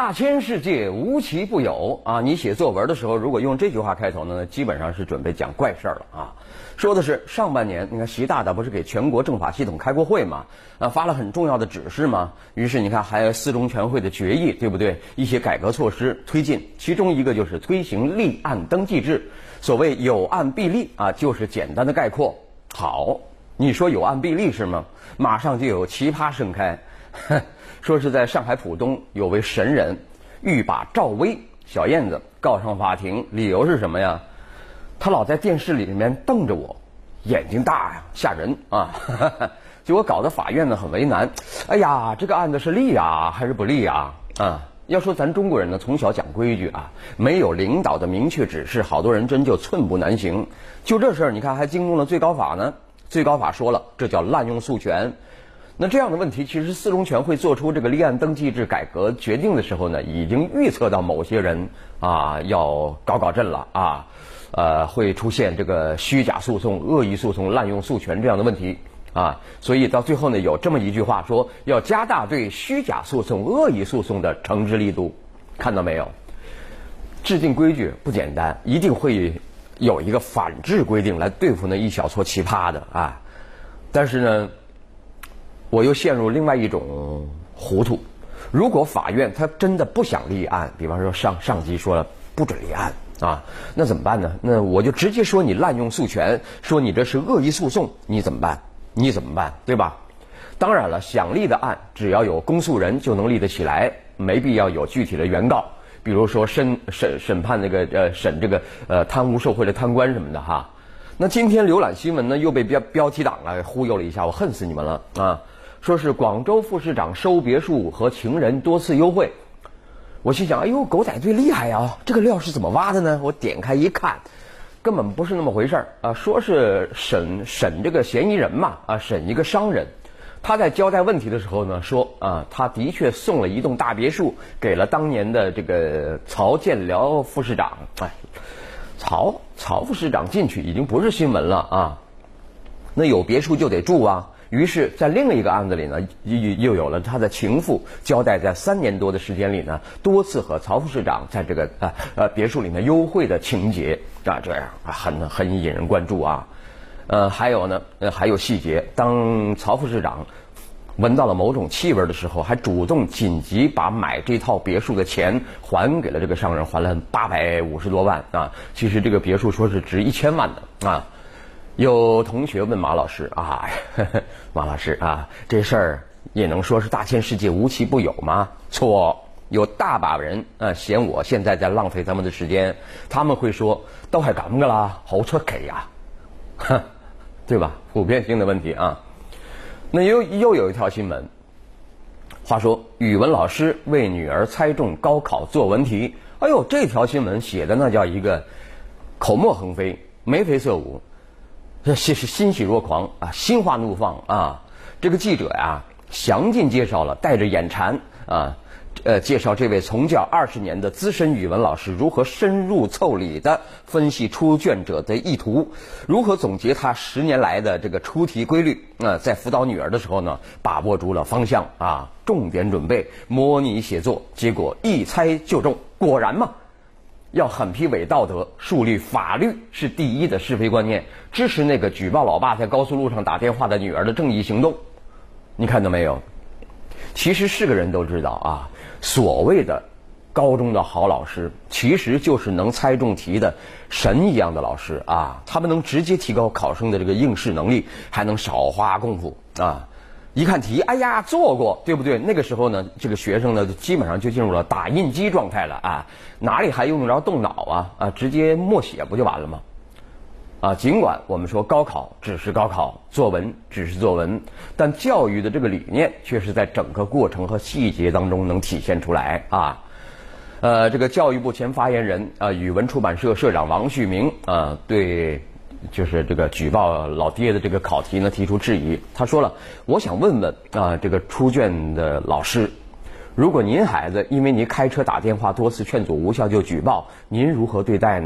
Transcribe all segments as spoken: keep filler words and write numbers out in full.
大千世界无奇不有啊！你写作文的时候，如果用这句话开头呢，基本上是准备讲怪事儿了啊。说的是上半年，你看习大大不是给全国政法系统开过会嘛？啊，发了很重要的指示嘛。于是你看，还有四中全会的决议，对不对？一些改革措施推进，其中一个就是推行立案登记制。所谓有案必立啊，就是简单的概括。好，你说有案必立是吗？马上就有奇葩盛开。说是在上海浦东有位神人欲把赵薇小燕子告上法庭，理由是什么呀？他老在电视里面瞪着我，眼睛大呀，吓人啊！结果搞得法院呢很为难。哎呀，这个案子是立啊还是不立啊？啊，要说咱中国人呢从小讲规矩啊，没有领导的明确指示，好多人真就寸步难行。就这事儿，你看还惊动了最高法呢。最高法说了，这叫滥用诉权。那这样的问题，其实四中全会做出这个立案登记制改革决定的时候呢，已经预测到某些人啊要搞搞震了啊，呃会出现这个虚假诉讼、恶意诉讼、滥用诉权这样的问题啊，所以到最后呢，有这么一句话说，要加大对虚假诉讼、恶意诉讼的惩治力度。看到没有？制定规矩不简单，一定会有一个反制规定来对付那一小撮奇葩的啊。但是呢，我又陷入另外一种糊涂。如果法院他真的不想立案，比方说上上级说了不准立案啊，那怎么办呢？那我就直接说你滥用诉权，说你这是恶意诉讼，你怎么办？你怎么办？对吧？当然了，想立的案只要有公诉人就能立得起来，没必要有具体的原告，比如说审审审判那个呃审这个呃贪污受贿的贪官什么的哈。那今天浏览新闻呢，又被标标题党啊忽悠了一下，我恨死你们了啊！说是广州副市长收别墅和情人多次幽会，我心想，哎呦，狗仔队厉害呀！这个料是怎么挖的呢？我点开一看，根本不是那么回事儿啊！说是审审这个嫌疑人嘛，啊，审一个商人，他在交代问题的时候呢，说啊，他的确送了一栋大别墅给了当年的这个曹建辽副市长。哎，曹曹副市长进去已经不是新闻了啊，那有别墅就得住啊。于是，在另一个案子里呢，又又有了他的情妇交代，在三年多的时间里呢，多次和曹副市长在这个呃呃别墅里面幽会的情节啊，这样很很引人关注啊。呃，还有呢，呃还有细节，当曹副市长闻到了某种气味的时候，还主动紧急把买这套别墅的钱还给了这个商人，还了八百五十多万啊。其实这个别墅说是值一千万的啊。有同学问马老师啊，呵呵马老师啊，这事儿也能说是大千世界无奇不有吗？错，有大把人啊嫌我现在在浪费他们的时间，他们会说都係咁噶啦，好出奇呀，哼，对吧？普遍性的问题啊。那又又有一条新闻，话说语文老师为女儿猜中高考作文题，哎呦，这条新闻写的那叫一个口沫横飞，眉飞色舞。这是欣喜若狂啊，心花怒放啊！这个记者呀，详尽介绍了，带着眼馋啊，呃，介绍这位从教二十年的资深语文老师如何深入凑理的分析出卷者的意图，如何总结他十年来的这个出题规律啊、呃，在辅导女儿的时候呢，把握住了方向啊，重点准备，模拟写作，结果一猜就中，果然嘛。要狠批伪道德，树立法律是第一的是非观念，支持那个举报老爸在高速路上打电话的女儿的正义行动。你看到没有？其实是个人都知道啊，所谓的高中的好老师，其实就是能猜中题的神一样的老师啊，他们能直接提高考生的这个应试能力，还能少花功夫啊。一看题，哎呀，做过，对不对？那个时候呢，这个学生呢，基本上就进入了打印机状态了啊，哪里还用得着动脑啊？啊，直接默写不就完了吗？啊，尽管我们说高考只是高考，作文只是作文，但教育的这个理念却是在整个过程和细节当中能体现出来啊。呃，这个教育部前发言人啊，语文出版社社长王旭明啊，对。就是这个举报老爹的这个考题呢提出质疑，他说了，我想问问啊，这个出卷的老师，如果您孩子因为您开车打电话多次劝阻无效就举报，您如何对待呢？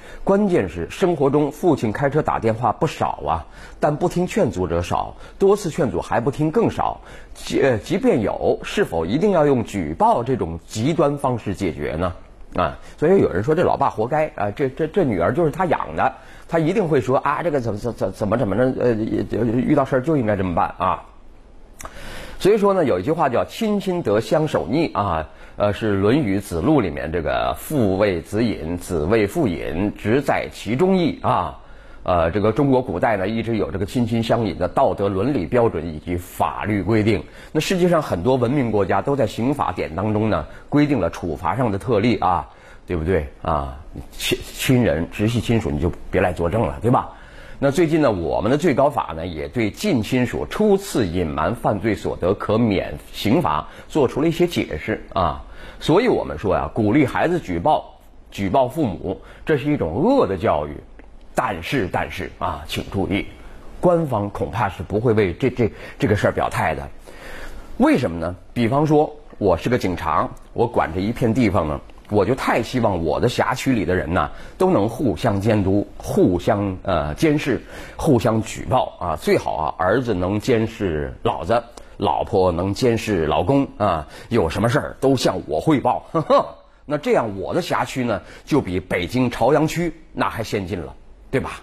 关键是生活中父亲开车打电话不少啊，但不听劝阻者少，多次劝阻还不听更少。即即便有，是否一定要用举报这种极端方式解决呢？啊，所以有人说这老爸活该啊，这这这女儿就是他养的，他一定会说啊，这个怎么怎怎怎么怎么着，呃，遇到事儿就应该这么办啊。所以说呢，有一句话叫亲亲得相守逆啊，呃，是《论语·子路》里面这个父为子隐，子为父隐，直在其中义啊。呃，这个中国古代呢一直有这个亲亲相隐的道德伦理标准以及法律规定。那世界上很多文明国家都在刑法典当中呢规定了处罚上的特例啊，对不对啊？亲亲人、直系亲属你就别来作证了，对吧？那最近呢，我们的最高法呢也对近亲属初次隐瞒犯罪所得可免刑罚做出了一些解释啊。所以我们说呀，鼓励孩子举报举报父母，这是一种恶的教育。但是但是啊，请注意，官方恐怕是不会为这这这个事儿表态的。为什么呢？比方说，我是个警察，我管着一片地方呢，我就太希望我的辖区里的人呢都能互相监督、互相呃监视、互相举报啊。最好啊，儿子能监视老子，老婆能监视老公啊。有什么事儿都向我汇报。呵呵，那这样我的辖区呢，就比北京朝阳区那还先进了。对吧？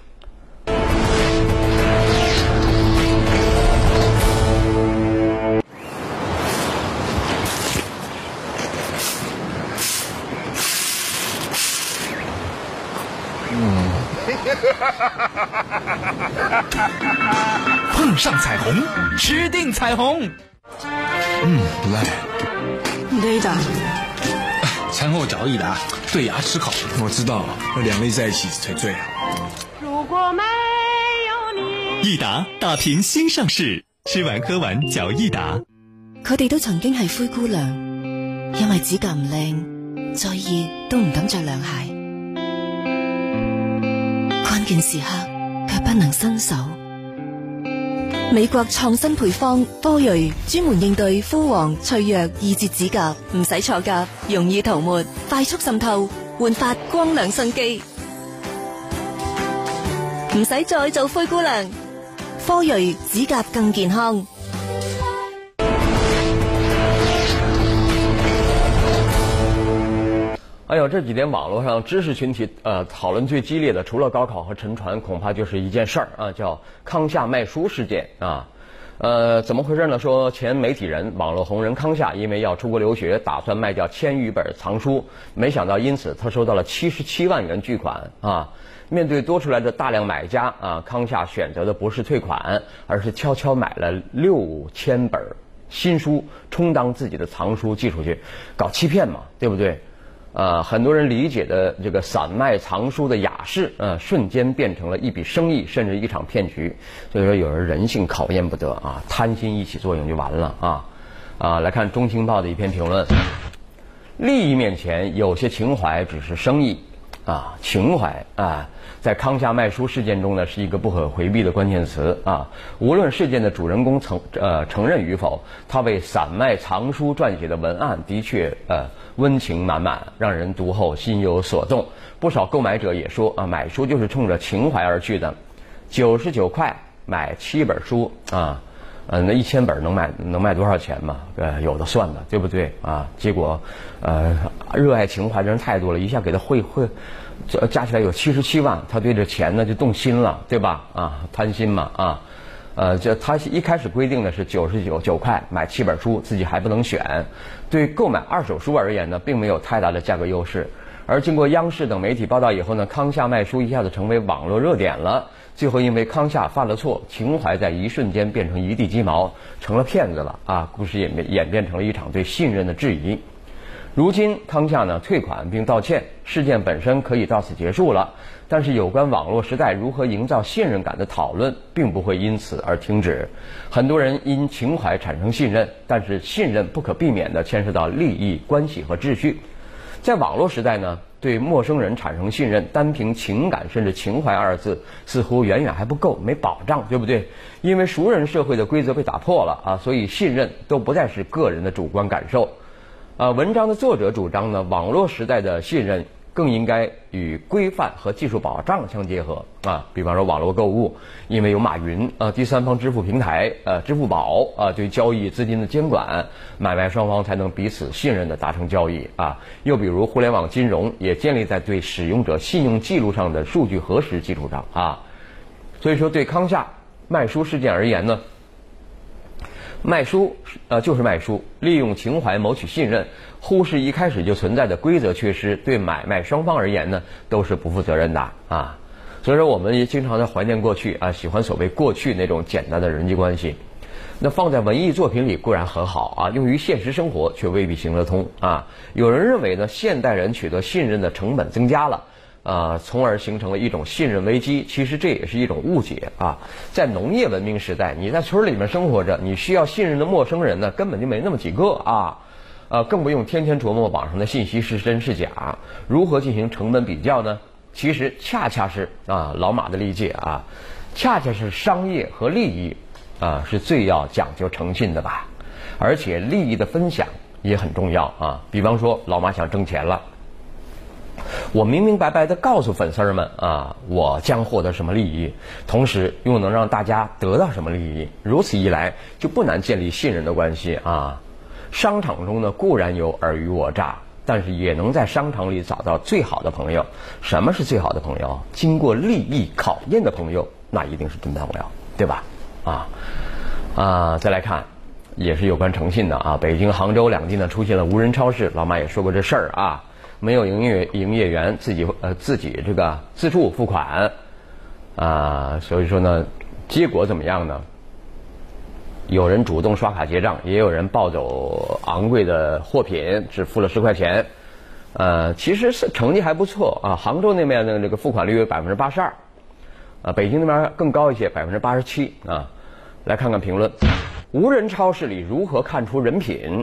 嗯，碰上彩虹，吃定彩虹。嗯，不赖。 你的益达， 餐后找益达，对牙齿好。我知道，那两粒在一起才最好。 如果没有你， 益達大片新上市，吃完喝完嚼益達。 佢哋都曾經係灰姑娘，因為指甲唔靚，再熱都唔敢着涼鞋。關鍵時刻卻不能伸手。美國創新配方科瑞專門應對枯黃、脆弱、易折指甲，唔使錯甲，容易塗抹，快速滲透，煥發光亮生機。唔使再做灰姑娘，科瑞指甲更健康。 哎呦，这几天网络上知识群体呃讨论最激烈的，除了高考和沉船，恐怕就是一件事儿啊，叫康夏卖书事件啊。呃，怎么回事呢？说前媒体人、网络红人康夏因为要出国留学，打算卖掉千余本藏书，没想到因此他收到了七十七万元巨款啊。面对多出来的大量买家啊，康夏选择的不是退款，而是悄悄买了六千本新书，充当自己的藏书寄出去，搞欺骗嘛，对不对？呃，很多人理解的这个散卖藏书的雅事，呃，瞬间变成了一笔生意，甚至一场骗局。所以说，有人人性考验不得啊，贪心一起作用就完了啊啊！来看《中青报》的一篇评论：利益面前，有些情怀只是生意啊，情怀啊，在康夏卖书事件中呢，是一个不可回避的关键词啊。无论事件的主人公承呃承认与否，他为散卖藏书撰写的文案的确呃。温情满满，让人读后心有所动。不少购买者也说啊，买书就是冲着情怀而去的。九十九块买七本书啊，呃，那一千本能卖能卖多少钱嘛？呃，有的算的，对不对啊？结果，呃，热爱情怀的人太多了，一下给他汇汇，加起来有七十七万，他对这钱呢就动心了，对吧？啊，贪心嘛啊。呃，这他一开始规定的是九十九九块买七本书，自己还不能选。对购买二手书而言呢，并没有太大的价格优势。而经过央视等媒体报道以后呢，康夏卖书一下子成为网络热点了。最后因为康夏犯了错，情怀在一瞬间变成一地鸡毛，成了骗子了啊！故事演变演变成了一场对信任的质疑。如今康夏呢退款并道歉，事件本身可以到此结束了。但是有关网络时代如何营造信任感的讨论并不会因此而停止。很多人因情怀产生信任，但是信任不可避免地牵涉到利益关系和秩序。在网络时代呢，对陌生人产生信任，单凭情感甚至情怀二字似乎远远还不够，没保障，对不对？因为熟人社会的规则被打破了啊，所以信任都不再是个人的主观感受。呃，文章的作者主张呢，网络时代的信任更应该与规范和技术保障相结合啊。比方说网络购物，因为有马云啊、第三方支付平台呃支付宝啊对交易资金的监管，买卖双方才能彼此信任的达成交易啊。又比如互联网金融也建立在对使用者信用记录上的数据核实基础上啊。所以说对康夏卖书事件而言呢，卖书呃就是卖书，利用情怀谋取信任，忽视一开始就存在的规则缺失，对买卖双方而言呢都是不负责任的啊。所以说我们也经常在怀念过去啊，喜欢所谓过去那种简单的人际关系。那放在文艺作品里固然很好啊，用于现实生活却未必行得通啊。有人认为呢，现代人取得信任的成本增加了。呃，从而形成了一种信任危机。其实这也是一种误解啊。在农业文明时代，你在村里面生活着，你需要信任的陌生人呢，根本就没那么几个啊。呃，更不用天天琢磨网上的信息是真是假。如何进行成本比较呢？其实恰恰是啊，老马的理解啊，恰恰是商业和利益啊是最要讲究诚信的吧。而且利益的分享也很重要啊。比方说，老马想挣钱了。我明明白白地告诉粉丝们啊，我将获得什么利益，同时又能让大家得到什么利益，如此一来就不难建立信任的关系啊。商场中呢固然有尔虞我诈，但是也能在商场里找到最好的朋友。什么是最好的朋友？经过利益考验的朋友，那一定是真朋友，对吧？啊啊，再来看，也是有关诚信的啊。北京、杭州两地呢出现了无人超市，老马也说过这事儿啊。没有营业营业员自己呃自己这个自助付款啊，所以说呢，结果怎么样呢？有人主动刷卡结账，也有人抱走昂贵的货品，只付了十块钱。呃，其实是成绩还不错啊。杭州那边的这个付款率有百分之八十二，啊，北京那边更高一些，百分之八十七啊。来看看评论，无人超市里如何看出人品？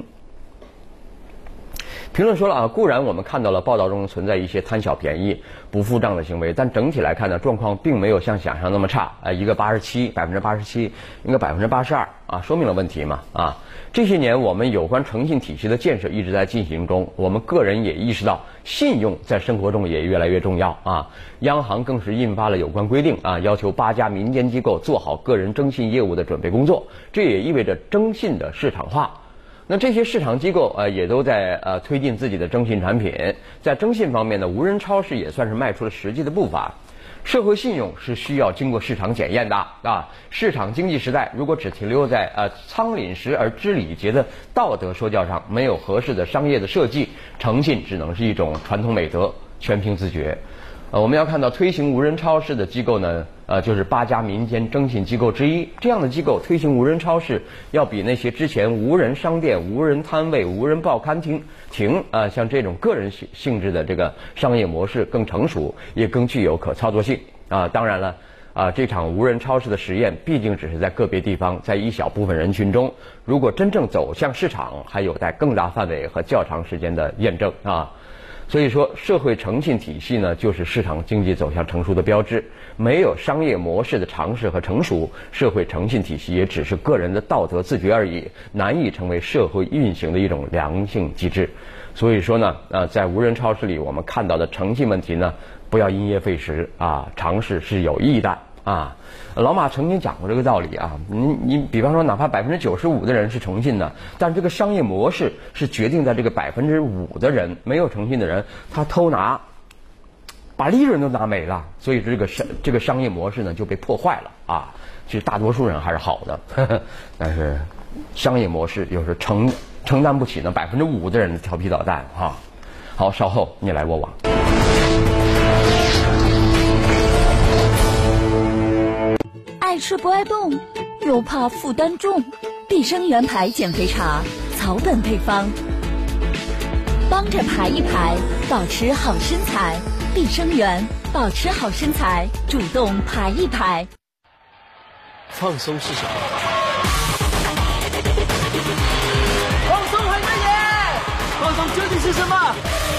评论说了啊，固然我们看到了报道中存在一些贪小便宜、不付账的行为，但整体来看呢，状况并没有像想象那么差。呃，一个八十七，百分之八十七，一个百分之八十二啊，说明了问题嘛啊。这些年我们有关诚信体系的建设一直在进行中，我们个人也意识到信用在生活中也越来越重要啊。央行更是印发了有关规定啊，要求八家民间机构做好个人征信业务的准备工作，这也意味着征信的市场化。那这些市场机构呃也都在呃推进自己的征信产品，在征信方面呢，无人超市也算是迈出了实际的步伐。社会信用是需要经过市场检验的啊！市场经济时代，如果只停留在呃仓廪实而知礼节的道德说教上，没有合适的商业的设计，诚信只能是一种传统美德，全凭自觉。呃，我们要看到推行无人超市的机构呢，呃，就是八家民间征信机构之一。这样的机构推行无人超市，要比那些之前无人商店、无人摊位、无人报刊亭亭啊、呃，像这种个人性性质的这个商业模式更成熟，也更具有可操作性啊。当然了。啊，这场无人超市的实验毕竟只是在个别地方，在一小部分人群中，如果真正走向市场，还有待更大范围和较长时间的验证啊。所以说，社会诚信体系呢，就是市场经济走向成熟的标志。没有商业模式的尝试和成熟，社会诚信体系也只是个人的道德自觉而已，难以成为社会运行的一种良性机制。所以说呢，呃，在无人超市里我们看到的诚信问题呢，不要因噎废食啊，尝试是有益的。啊，老马曾经讲过这个道理啊，你你比方说，哪怕百分之九十五的人是诚信的，但这个商业模式是决定在这个百分之五的人没有诚信的人，他偷拿，把利润都拿没了，所以这个商这个商业模式呢就被破坏了啊。其实大多数人还是好的，呵呵，但是商业模式有时承承担不起那百分之五的人的调皮捣蛋哈、啊。好，稍后你来我往。 爱吃不爱动，又怕负担重，必生元牌减肥茶，草本配方，帮着排一排，保持好身材。必生元，保持好身材，主动排一排。 放松是什么？ 放松很难言，放松究竟是什么？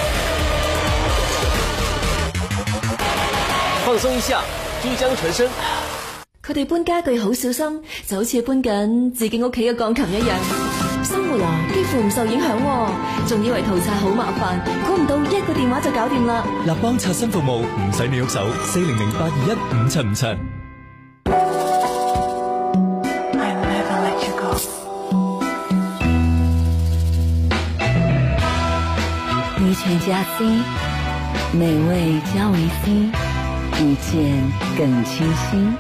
放松一下，珠江全身。 佢哋搬家具好小心，就好似搬緊自己屋企嘅鋼琴一樣。 生活啊幾乎唔受影響喎，仲以為淘刷好麻煩，估唔到一個電話就搞掂啦。 立邦刷新服務唔使你喐手，四零零八二一五七五七。 一全家 C， 美味加维 C， 一见更清新。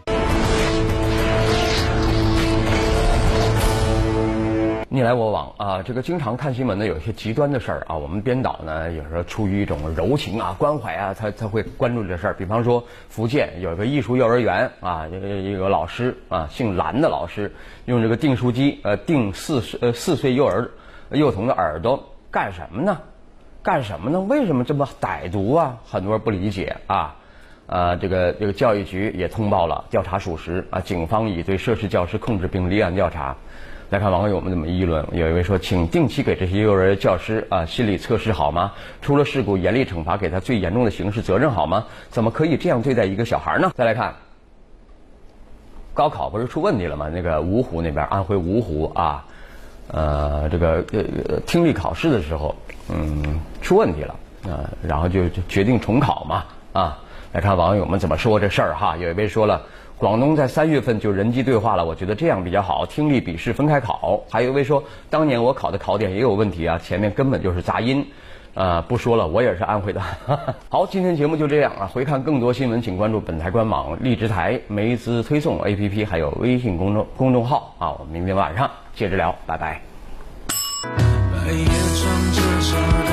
你来我往啊，这个经常看新闻呢，有一些极端的事儿啊，我们编导呢有时候出于一种柔情啊、关怀啊，他他会关注这事儿。比方说福建有一个艺术幼儿园啊，一个老师啊，姓蓝的老师，用这个订书机呃订四呃四岁幼儿幼童的耳朵干什么呢？干什么呢？为什么这么歹毒啊？很多人不理解啊。呃，这个这个教育局也通报了，调查属实啊。警方已对涉事教师控制并立案调查。来看网友们怎么议论，有一位说，请定期给这些幼儿园教师啊心理测试好吗？出了事故严厉惩罚，给他最严重的刑事责任好吗？怎么可以这样对待一个小孩呢？再来看，高考不是出问题了吗？那个芜湖那边，安徽芜湖啊，呃，这个呃听力考试的时候，嗯，出问题了啊、呃，然后就就决定重考嘛啊。来看网友们怎么说这事儿哈，有一位说了，广东在三月份就人机对话了，我觉得这样比较好，听力笔试分开考。还有一位说，当年我考的考点也有问题啊，前面根本就是杂音。呃，不说了，我也是安徽的。好，今天节目就这样啊。回看更多新闻，请关注本台官网、荔枝台、梅资推送 A P P， 还有微信公众公众号啊。我们明天晚上接着聊，拜拜。